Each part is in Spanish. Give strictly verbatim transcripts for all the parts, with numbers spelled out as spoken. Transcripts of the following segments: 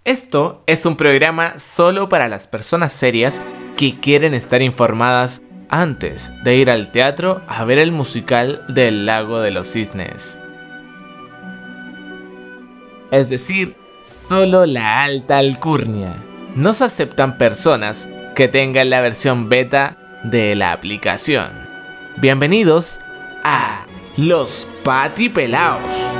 Esto es un programa solo para las personas serias que quieren estar informadas antes de ir al teatro a ver el musical del Lago de los Cisnes. Es decir, solo la alta alcurnia. No se aceptan personas que tengan la versión beta de la aplicación. Bienvenidos a Los Patipelaos.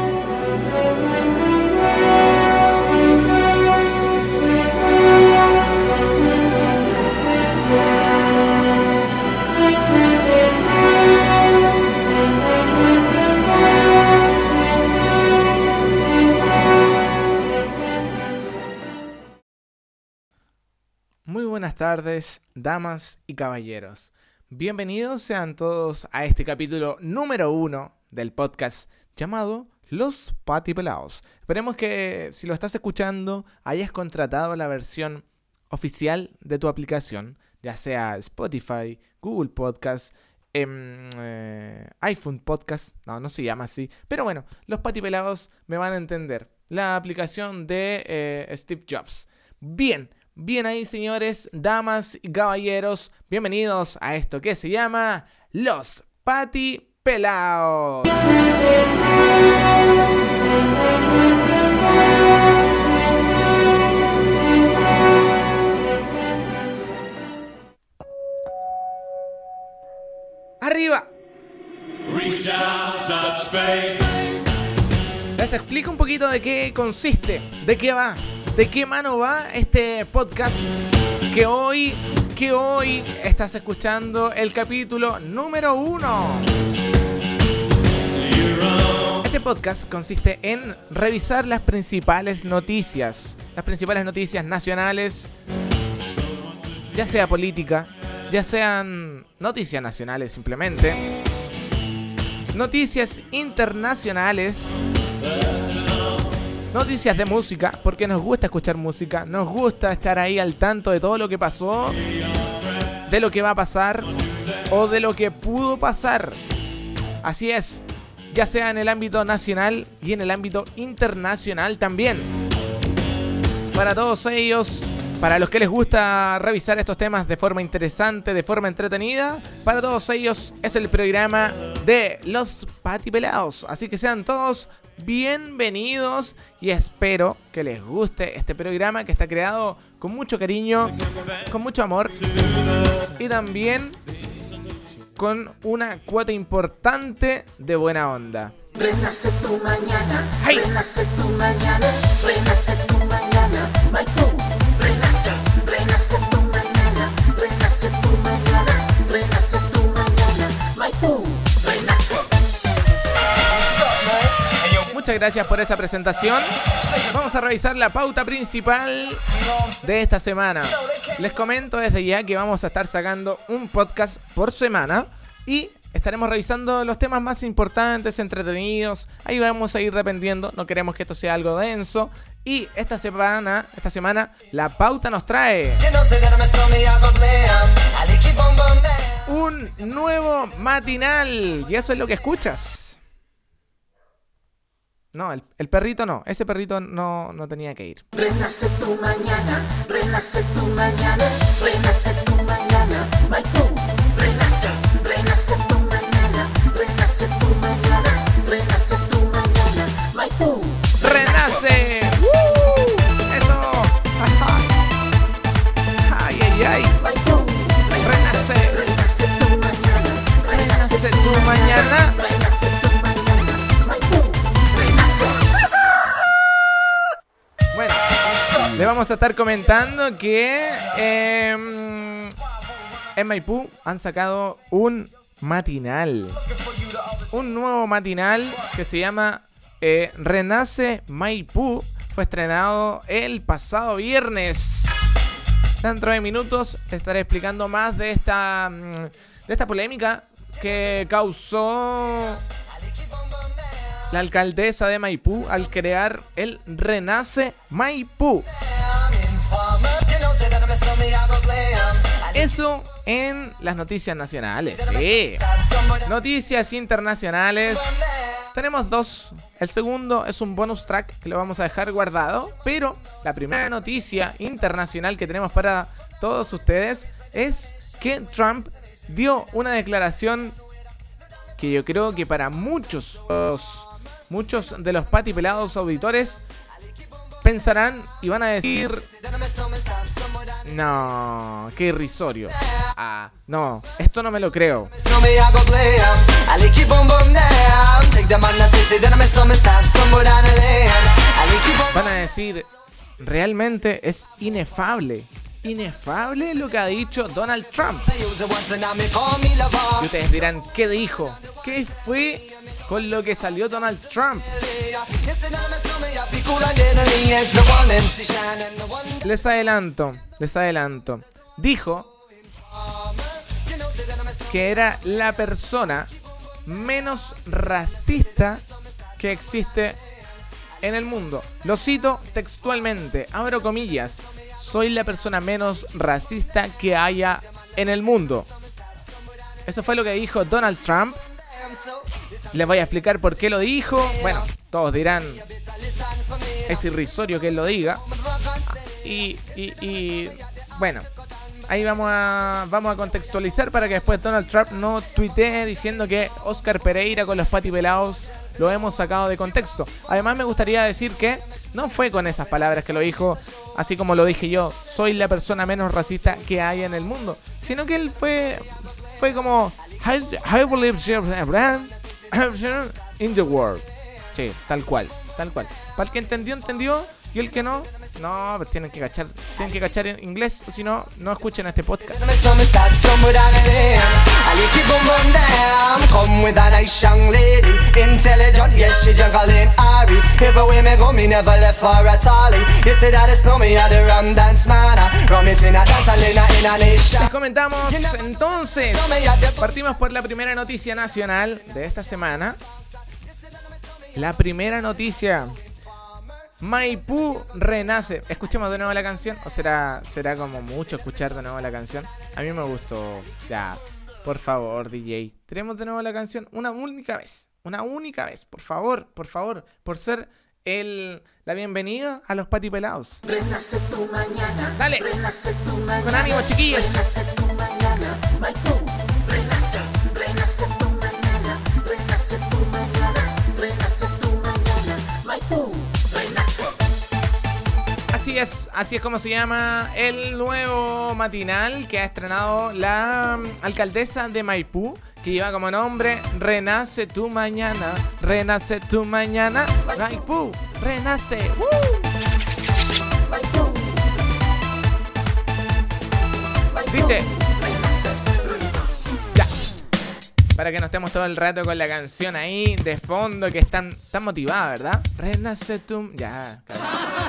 Muy buenas tardes, damas y caballeros. Bienvenidos sean todos a este capítulo número uno del podcast llamado Los Patipelaos. Esperemos que si lo estás escuchando hayas contratado la versión oficial de tu aplicación, ya sea Spotify, Google Podcast, eh, eh, iPhone Podcast, no, no se llama así, pero bueno, los Patipelaos me van a entender. La aplicación de eh, Steve Jobs. Bien. Bien ahí, señores, damas y caballeros, bienvenidos a esto que se llama Los Patipelaos. ¡Arriba! Les explico un poquito de qué consiste, de qué va. ¿De qué mano va este podcast que hoy, que hoy estás escuchando el capítulo número uno? Este podcast consiste en revisar las principales noticias, las principales noticias nacionales, ya sea política, ya sean noticias nacionales simplemente, noticias internacionales, noticias de música, porque nos gusta escuchar música, nos gusta estar ahí al tanto de todo lo que pasó, de lo que va a pasar o de lo que pudo pasar. Así es, ya sea en el ámbito nacional y en el ámbito internacional también. Para todos ellos, para los que les gusta revisar estos temas de forma interesante, de forma entretenida, para todos ellos es el programa de Los Patipelaos. Así que sean todos bienvenidos y espero que les guste este programa que está creado con mucho cariño, con mucho amor y también con una cuota importante de buena onda. Renace tu mañana, ¡Hey! renace tu mañana, renace tu mañana, Maipú. Renace, renace tu mañana, renace tu mañana, renace tu mañana, Maipú. Renace. Muchas gracias por esa presentación. Vamos a revisar la pauta principal de esta semana. Les comento desde ya que vamos a estar sacando un podcast por semana y estaremos revisando los temas más importantes, entretenidos. Ahí vamos a ir dependiendo. No queremos que esto sea algo denso. Y esta semana, esta semana, la pauta nos trae un nuevo matinal. Y eso es lo que escuchas. No, el, el perrito no. Ese perrito no, no tenía que ir. Renace tu mañana, renace tu mañana, renace tu mañana, Maipú. Renace, renace tu mañana, renace tu mañana, renace tu mañana, Maipú. ¡Renace! ¡Uh! ¡Eso! ¡Ay, ay, ay! Maipú. Renace. Renace tu mañana, Renace tu mañana. renace tu mañana, Maipú. Renace. Bueno, le vamos a estar comentando que eh, en Maipú han sacado un matinal. Un nuevo matinal que se llama eh, Renace Maipú. Fue estrenado el pasado viernes. Dentro de minutos estaré explicando más de esta, de esta polémica que causó la alcaldesa de Maipú al crear el Renace Maipú. Eso en las noticias nacionales. Sí. Noticias internacionales. tenemos dos. El segundo es un bonus track que lo vamos a dejar guardado. Pero la primera noticia internacional que tenemos para todos ustedes es que Trump dio una declaración que yo creo que para muchos, muchos de los patipelados auditores pensarán y van a decir: no, qué irrisorio. Ah, no, esto no me lo creo. Van a decir: realmente es inefable. Inefable lo que ha dicho Donald Trump. Y ustedes dirán: ¿qué dijo? ¿Qué fue con lo que salió Donald Trump? Les adelanto, les adelanto. Dijo que era la persona menos racista que existe en el mundo. Lo cito textualmente, abro comillas: soy la persona menos racista que haya en el mundo. Eso fue lo que dijo Donald Trump. Les voy a explicar por qué lo dijo. Bueno, todos dirán: es irrisorio que él lo diga. Y, y, y bueno, ahí vamos a, vamos a contextualizar para que después Donald Trump no tuitee diciendo que Oscar Pereira con los patipelados lo hemos sacado de contexto. Además, me gustaría decir que no fue con esas palabras que lo dijo, así como lo dije yo: soy la persona menos racista que hay en el mundo. Sino que él fue, fue como: I, I believe in the world. Sí, tal cual, tal cual. Para el que entendió, entendió. Y el que no, no, pues tienen que cachar, tienen que cachar en inglés, o si no, no escuchen este podcast. Les comentamos entonces, partimos por la primera noticia nacional de esta semana. La primera noticia: Maipú renace. Escuchemos de nuevo la canción. ¿O será, será como mucho escuchar de nuevo la canción? A mí me gustó. Ya, por favor, D J, tenemos de nuevo la canción una única vez. Una única vez, por favor, por favor. Por ser el, la bienvenida a los patipelados. Renace tu mañana. Dale. Renace tu mañana. Con ánimo, chiquillos. Renace tu mañana. Maipú. Renace. Renace tu mañana. Renace tu mañana. Renace tu mañana. Maipú. Así es, así es como se llama el nuevo matinal que ha estrenado la alcaldesa de Maipú, que lleva como nombre Renace tu mañana, renace tu mañana, Maipú, renace. ¡Uh! Dice, ya, para que no estemos todo el rato con la canción ahí de fondo, que es tan, tan motivada, ¿verdad? Renace tu... Ya, claro.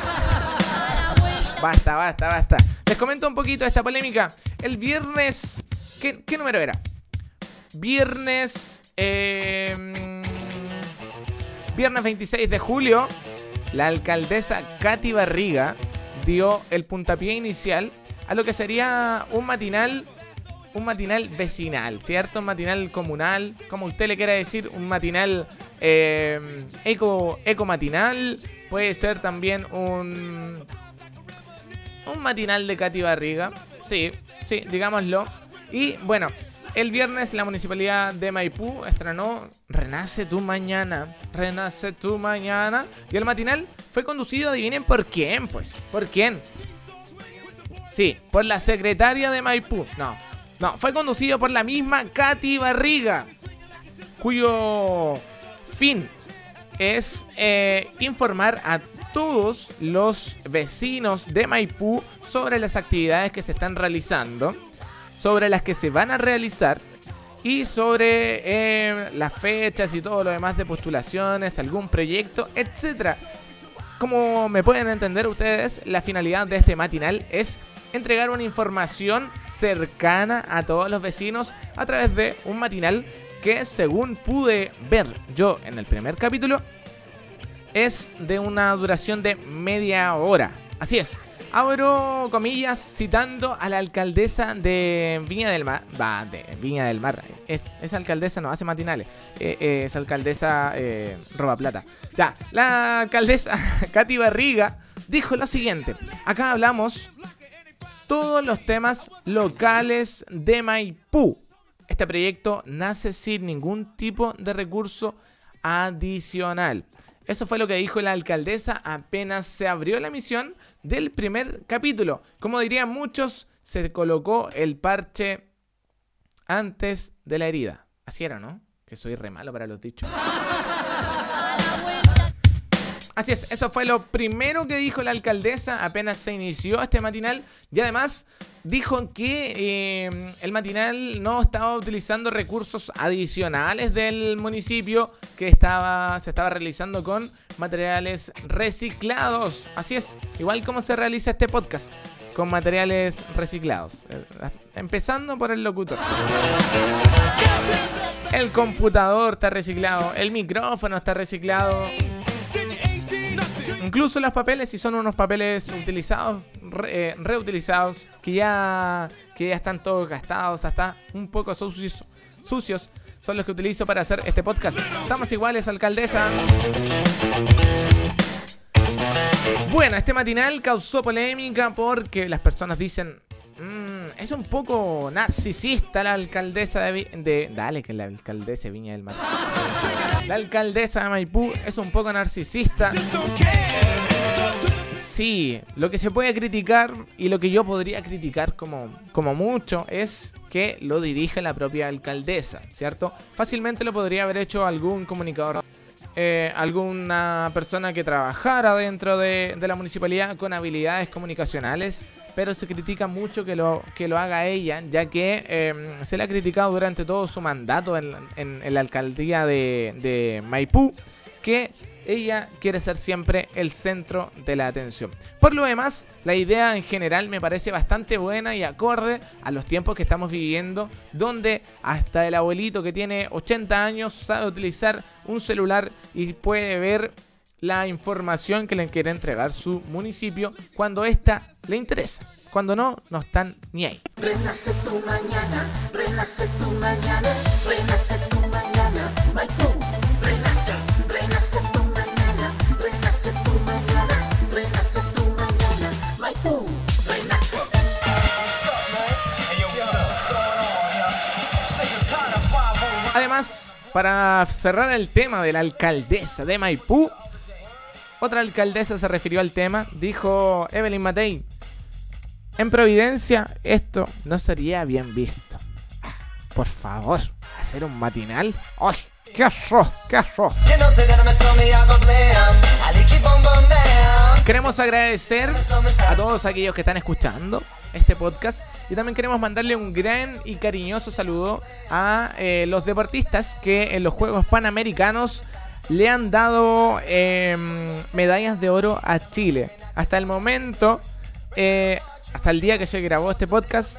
Basta, basta, basta. Les comento un poquito de esta polémica. El viernes... ¿Qué, qué número era? Viernes... Eh, viernes veintiséis de julio, la alcaldesa Katy Barriga dio el puntapié inicial a lo que sería un matinal... Un matinal vecinal, ¿cierto? Un matinal comunal, como usted le quiera decir, un matinal eh, eco, eco matinal. Puede ser también un... Un matinal de Katy Barriga. Sí, sí, digámoslo. Y bueno, el viernes la municipalidad de Maipú estrenó Renace tu mañana, renace tu mañana. Y el matinal fue conducido, adivinen por quién, pues. ¿Por quién? Sí, por la secretaria de Maipú. No, no, fue conducido por la misma Katy Barriga, cuyo fin es eh, informar a todos los vecinos de Maipú sobre las actividades que se están realizando, sobre las que se van a realizar y sobre eh, las fechas y todo lo demás de postulaciones, algún proyecto, etcétera. Como me pueden entender ustedes, la finalidad de este matinal es entregar una información cercana a todos los vecinos a través de un matinal que, según pude ver yo en el primer capítulo, es de una duración de media hora. Así es, Abro comillas citando a la alcaldesa de Viña del Mar. Va, de Viña del Mar. Es, esa alcaldesa no hace matinales. Eh, eh, esa alcaldesa eh, roba plata. Ya, la alcaldesa Katy Barriga dijo lo siguiente. Acá hablamos todos los temas locales de Maipú. Este proyecto nace sin ningún tipo de recurso adicional. Eso fue lo que dijo la alcaldesa apenas se abrió la emisión del primer capítulo. Como dirían muchos, se colocó el parche antes de la herida. Así era, ¿no? Que soy re malo para los dichos. Así es, eso fue lo primero que dijo la alcaldesa apenas se inició este matinal. Y además dijo que eh, el matinal no estaba utilizando recursos adicionales del municipio, que estaba se estaba realizando con materiales reciclados. Así es, igual como se realiza este podcast, con materiales reciclados. Eh, empezando por el locutor. El computador está reciclado, el micrófono está reciclado. Incluso los papeles, si son unos papeles utilizados, re, eh, reutilizados, que ya, que ya están todos gastados, hasta un poco sucios, sucios, son los que utilizo para hacer este podcast. Estamos iguales, alcaldesa. Bueno, este matinal causó polémica porque las personas dicen... Mmm, es un poco narcisista la alcaldesa de, Vi- de... Dale, que la alcaldesa de Viña del Mar. La alcaldesa de Maipú es un poco narcisista. Sí, lo que se puede criticar y lo que yo podría criticar como, como mucho es que lo dirige la propia alcaldesa, ¿cierto? Fácilmente lo podría haber hecho algún comunicador, eh, alguna persona que trabajara dentro de, de la municipalidad con habilidades comunicacionales, pero se critica mucho que lo, que lo haga ella, ya que eh, se le ha criticado durante todo su mandato en, en, en la alcaldía de, de Maipú, que ella quiere ser siempre el centro de la atención. Por lo demás, la idea en general me parece bastante buena y acorde a los tiempos que estamos viviendo, donde hasta el abuelito que tiene ochenta años sabe utilizar un celular y puede ver la información que le quiere entregar su municipio cuando ésta le interesa. Cuando no, no están ni ahí. Renace tu mañana, renace tu mañana, renace tu mañana, Maipú. Renace, renace tu mañana, renace tu mañana, renace tu mañana, Maipú. Renace. Además, para cerrar el tema de la alcaldesa de Maipú, otra alcaldesa se refirió al tema, dijo Evelyn Matei: en Providencia esto no sería bien visto. Por favor, hacer un matinal. ¡Ay! ¡Qué arroz! ¡Qué arroz! Queremos agradecer a todos aquellos que están escuchando este podcast y también queremos mandarle un gran y cariñoso saludo a eh, los deportistas que en los Juegos Panamericanos le han dado eh, medallas de oro a Chile. Hasta el momento, eh, hasta el día que se grabó este podcast,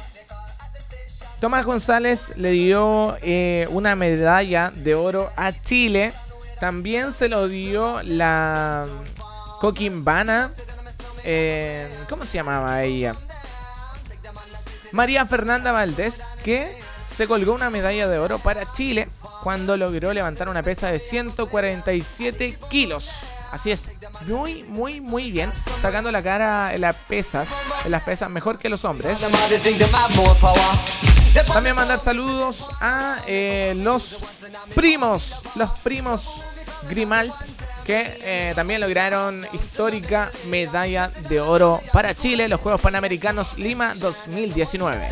Tomás González le dio eh, una medalla de oro a Chile. También se lo dio la coquimbana. Eh, ¿Cómo se llamaba ella? María Fernanda Valdés, que se colgó una medalla de oro para Chile cuando logró levantar una pesa de ciento cuarenta y siete kilos. Así es, muy, muy, muy bien. Sacando la cara en las pesas, en las pesas mejor que los hombres. También mandar saludos a eh, los primos, los primos Grimald, que eh, también lograron histórica medalla de oro para Chile en los Juegos Panamericanos Lima dos mil diecinueve.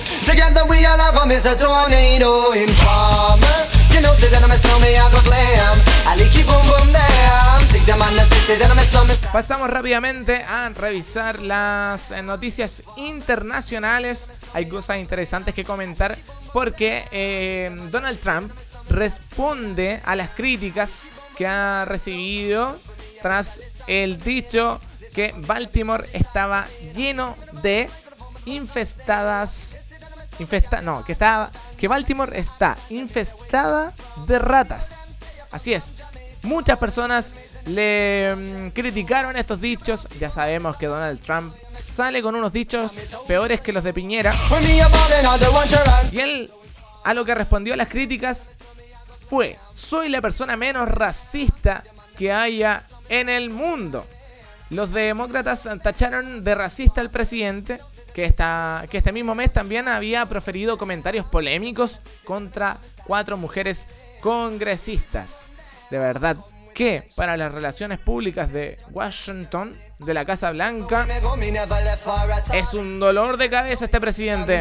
Pasamos rápidamente a revisar las noticias internacionales. Hay cosas interesantes que comentar porque eh, Donald Trump responde a las críticas que ha recibido tras el dicho que Baltimore estaba lleno de infestadas infesta no, que estaba que Baltimore está infestada de ratas. Así es. Muchas personas le mm, criticaron estos dichos. Ya sabemos que Donald Trump sale con unos dichos peores que los de Piñera. Y él, a lo que respondió a las críticas, fue: soy la persona menos racista que haya en el mundo. Los demócratas tacharon de racista al presidente, que, esta, que este mismo mes también había proferido comentarios polémicos contra cuatro mujeres congresistas. De verdad que para las relaciones públicas de Washington, de la Casa Blanca, es un dolor de cabeza este presidente.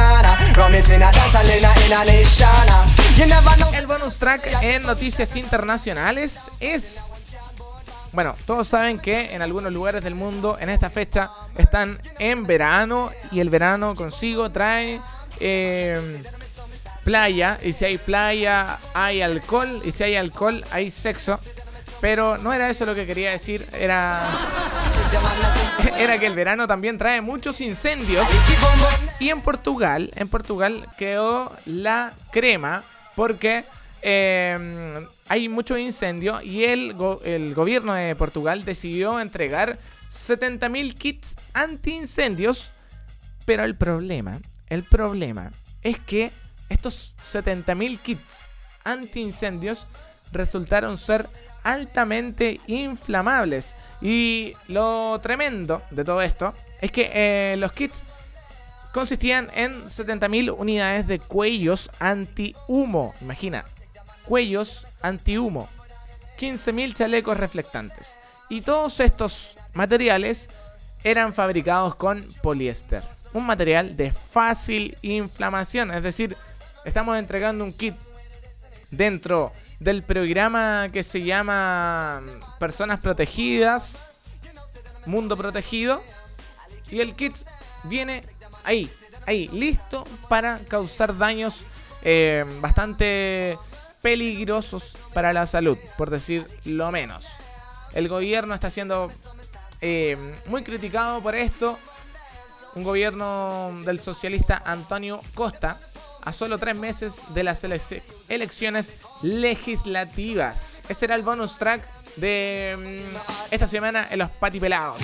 El bonus track en noticias internacionales es... Bueno, todos saben que en algunos lugares del mundo en esta fecha están en verano, y el verano consigo trae eh, playa, y si hay playa hay alcohol, y si hay alcohol hay sexo. Pero no era eso lo que quería decir, era, era que el verano también trae muchos incendios. Y en Portugal, en Portugal quedó la crema porque eh, hay mucho incendio, y el, go- el gobierno de Portugal decidió entregar setenta mil kits antiincendios. Pero el problema, el problema es que estos setenta mil kits antiincendios resultaron ser altamente inflamables. Y lo tremendo de todo esto es que eh, los kits consistían en setenta mil unidades de cuellos anti-humo. Imagina, cuellos anti-humo, quince mil chalecos reflectantes. Y todos estos materiales eran fabricados con poliéster, un material de fácil inflamación. Es decir, estamos entregando un kit dentro del programa que se llama Personas Protegidas, Mundo Protegido, y el kit viene ahí, ahí, listo para causar daños eh, bastante peligrosos para la salud, por decir lo menos. El gobierno está siendo eh, muy criticado por esto. Un gobierno del socialista Antonio Costa, a solo tres meses de las ele- elecciones legislativas. Ese era el bonus track de mmm, esta semana en los patipelados.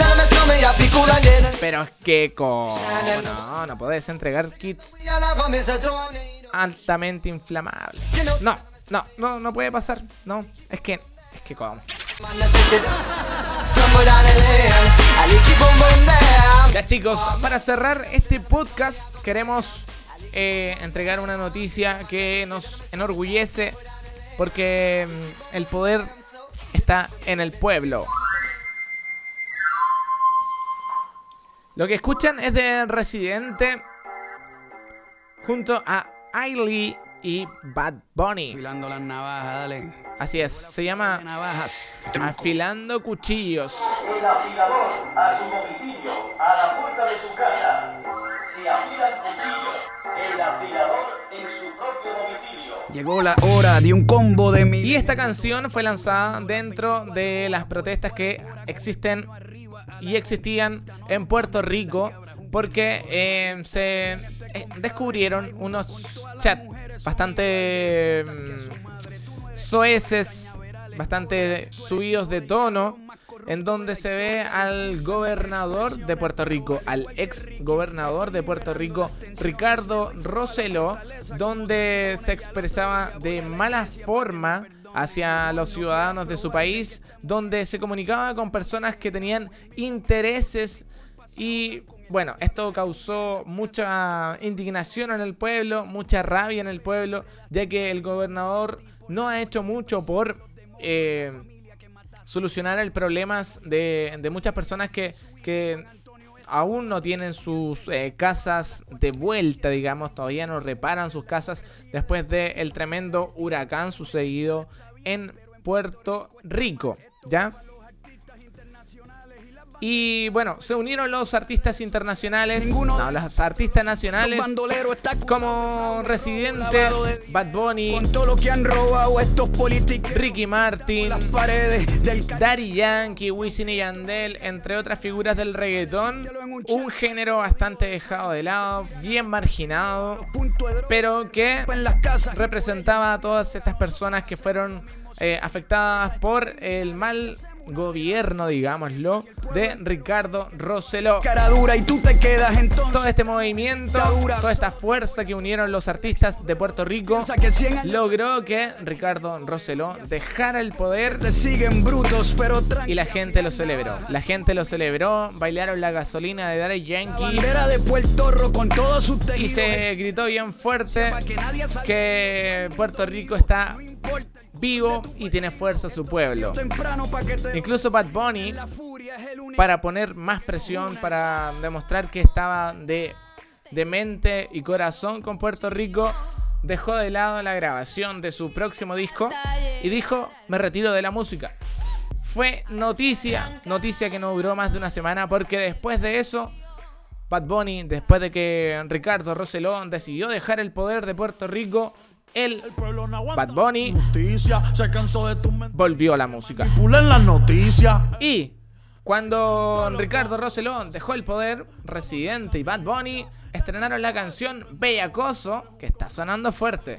Pero es que como no, no podés entregar kits altamente inflamables. No, no, no, no puede pasar. No, es que, es que como. Ya, chicos, para cerrar este podcast queremos eh, entregar una noticia que nos enorgullece, porque mm, el poder está en el pueblo. Lo que escuchan es de Residente junto a Ailey y Bad Bunny. Afilando las navajas, dale. Así es, se llama Navajas. Afilando Cuchillos. El afilador a su domicilio, a la puerta de su casa. Si afilan cuchillos, el afilador en su propio domicilio. Llegó la hora de un combo de mi. Y esta canción fue lanzada dentro de las protestas que existen y existían en Puerto Rico, porque eh, se eh, descubrieron unos chats bastante mm, soeces, bastante subidos de tono, en donde se ve al gobernador de Puerto Rico, al ex gobernador de Puerto Rico, Ricardo Rosselló, donde se expresaba de mala forma hacia los ciudadanos de su país, donde se comunicaba con personas que tenían intereses. Y bueno, esto causó mucha indignación en el pueblo, mucha rabia en el pueblo, ya que el gobernador no ha hecho mucho por eh, solucionar el problema de, de muchas personas que, que aún no tienen sus eh, casas de vuelta, digamos, todavía no reparan sus casas después del tremendo huracán sucedido en Puerto Rico, ¿ya? Y bueno, se unieron los artistas internacionales, no, los artistas nacionales, como Residente, Bad Bunny, Con todo lo que han robado estos políticos. Ricky Martin, Las paredes del ca- Daddy Yankee, Wisin y Yandel, entre otras figuras del reggaetón. Un género bastante dejado de lado, bien marginado, punto de droga pero que en las casas. representaba a todas estas personas que fueron eh, afectadas por el mal gobierno, digámoslo, de Ricardo Rosselló. Cara dura y tú te quedas entonces. Todo este movimiento, toda esta fuerza que unieron los artistas de Puerto Rico logró que Ricardo Rosselló dejara el poder. Te siguen brutos, pero y la gente lo celebró. La gente lo celebró, bailaron la gasolina de Daddy Yankee. bandera de Puerto Rico con todo su Y se gritó bien fuerte que Puerto Rico está vivo y tiene fuerza su pueblo. Incluso Bad Bunny, para poner más presión, para demostrar que estaba de, de mente y corazón con Puerto Rico, dejó de lado la grabación de su próximo disco y dijo: me retiro de la música. Fue noticia, noticia que no duró más de una semana, porque después de eso, Bad Bunny, después de que Ricardo Rosselló decidió dejar el poder de Puerto Rico, él, Bad Bunny, volvió a la música. Y cuando Ricardo Rosselló dejó el poder, Residente y Bad Bunny estrenaron la canción Bellacoso, que está sonando fuerte.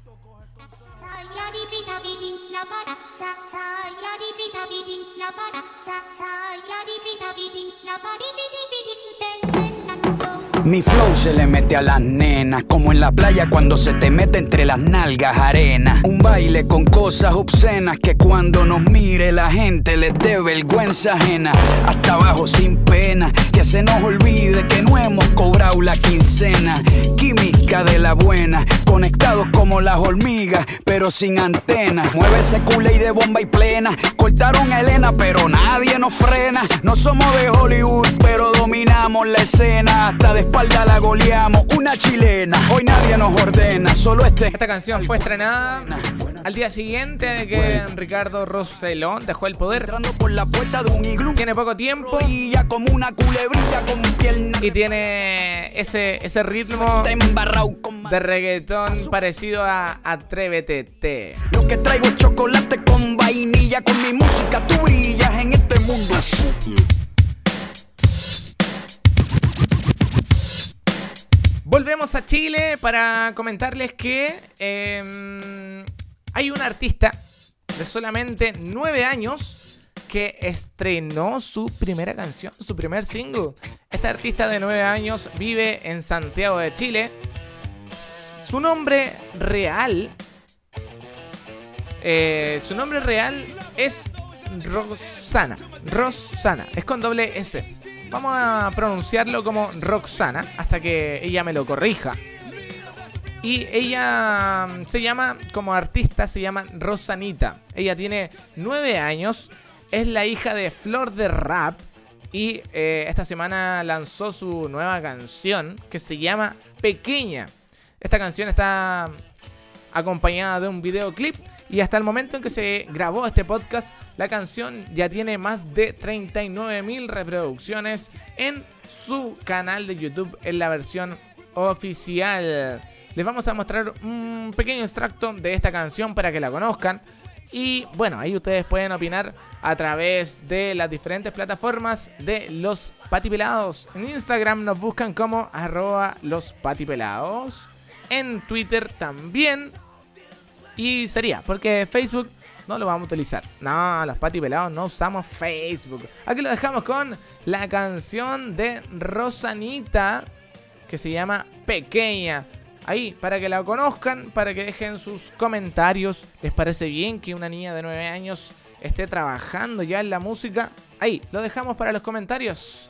Mi flow se le mete a las nenas, como en la playa cuando se te mete entre las nalgas arena. Un baile con cosas obscenas que cuando nos mire la gente les dé vergüenza ajena. Hasta abajo sin pena, que se nos olvide que no hemos cobrado la quincena. Química de la buena, conectados como las hormigas, pero sin antenas. Mueve ese culé y de bomba y plena. Cortaron a Elena, pero nadie nos frena. No somos de Hollywood, pero dominamos la escena. Hasta de espalda la goleamos, una chilena. Hoy nadie nos ordena, solo este. Esta canción fue estrenada al día siguiente de que Ricardo Rosselló dejó el poder. Por la puerta de un iglú. Tiene poco tiempo como una culebrilla con pierna. Y tiene ese, ese ritmo de reggaetón parecido a Atrévete T. Lo que traigo es chocolate con vainilla. Con mi música tú brillas en este mundo. Volvemos a Chile para comentarles que eh, hay un artista de solamente nueve años que estrenó su primera canción, su primer single. Este artista de nueve años vive en Santiago de Chile. Su nombre real, eh, su nombre real es Roxana. Roxana, es con doble S. Vamos a pronunciarlo como Roxana hasta que ella me lo corrija. Y ella se llama, como artista, se llama Rosanita. Ella tiene nueve años, es la hija de Flor de Rap. Y eh, esta semana lanzó su nueva canción que se llama Pequeña. Esta canción está acompañada de un videoclip. Y hasta el momento en que se grabó este podcast, la canción ya tiene más de treinta y nueve mil reproducciones en su canal de YouTube, en la versión oficial. Les vamos a mostrar un pequeño extracto de esta canción para que la conozcan. Y bueno, ahí ustedes pueden opinar a través de las diferentes plataformas de Los Patipelados. En Instagram nos buscan como arroba los patipelados. En Twitter también. Y sería, porque Facebook no lo vamos a utilizar. No, los patipelados no usamos Facebook. Aquí lo dejamos con la canción de Rosanita, que se llama Pequeña. Ahí, para que la conozcan, para que dejen sus comentarios. ¿Les parece bien que una niña de nueve años esté trabajando ya en la música? Ahí, lo dejamos para los comentarios.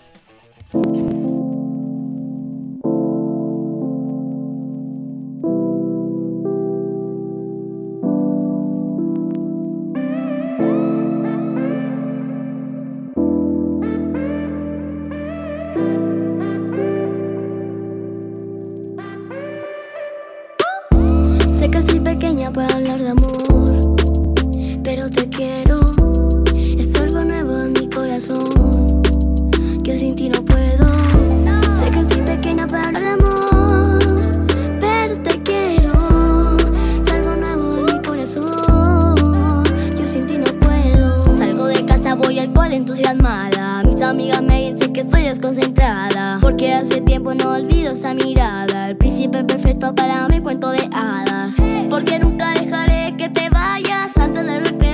Sé que soy pequeña para hablar de amor, pero te quiero. Es algo nuevo en mi corazón, que sin ti no puedo. Sé que soy pequeña para hablar de amor, pero te quiero. Es algo nuevo en mi corazón, yo sin ti no puedo. Salgo de casa, voy al cole entusiasmada. Mis amigas me dicen que estoy desconcentrada, porque hace tiempo no olvido esa mirada. El príncipe perfecto para mi cuento de hadas. Porque nunca dejaré que te vayas antes de regresar.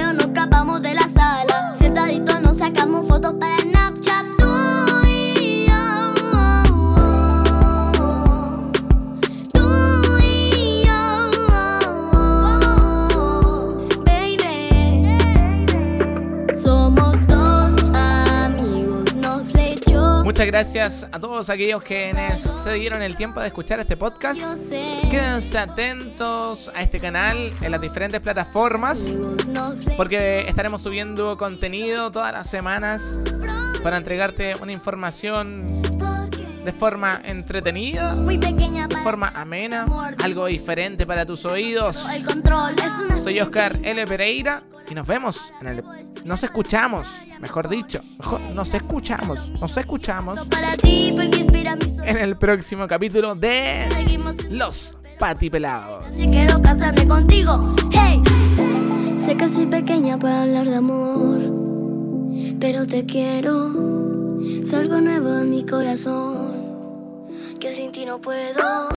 yo. Muchas gracias a todos aquellos que se dieron el tiempo de escuchar este podcast. Yo sé. Quédense atentos a este canal en las diferentes plataformas, porque estaremos subiendo contenido todas las semanas para entregarte una información de forma entretenida, Muy pequeña de para forma amena, algo diferente para tus oídos. el control. Es una Soy Oscar L. Pereira y nos vemos en el... Nos escuchamos, mejor dicho. Mejor, nos escuchamos, nos escuchamos para ti porque inspira mi en el próximo capítulo de Seguimos. Los Patipelados. Si quiero casarme contigo, hey. Sé que soy pequeña para hablar de amor, pero te quiero. Es algo nuevo en mi corazón, que sin ti no puedo.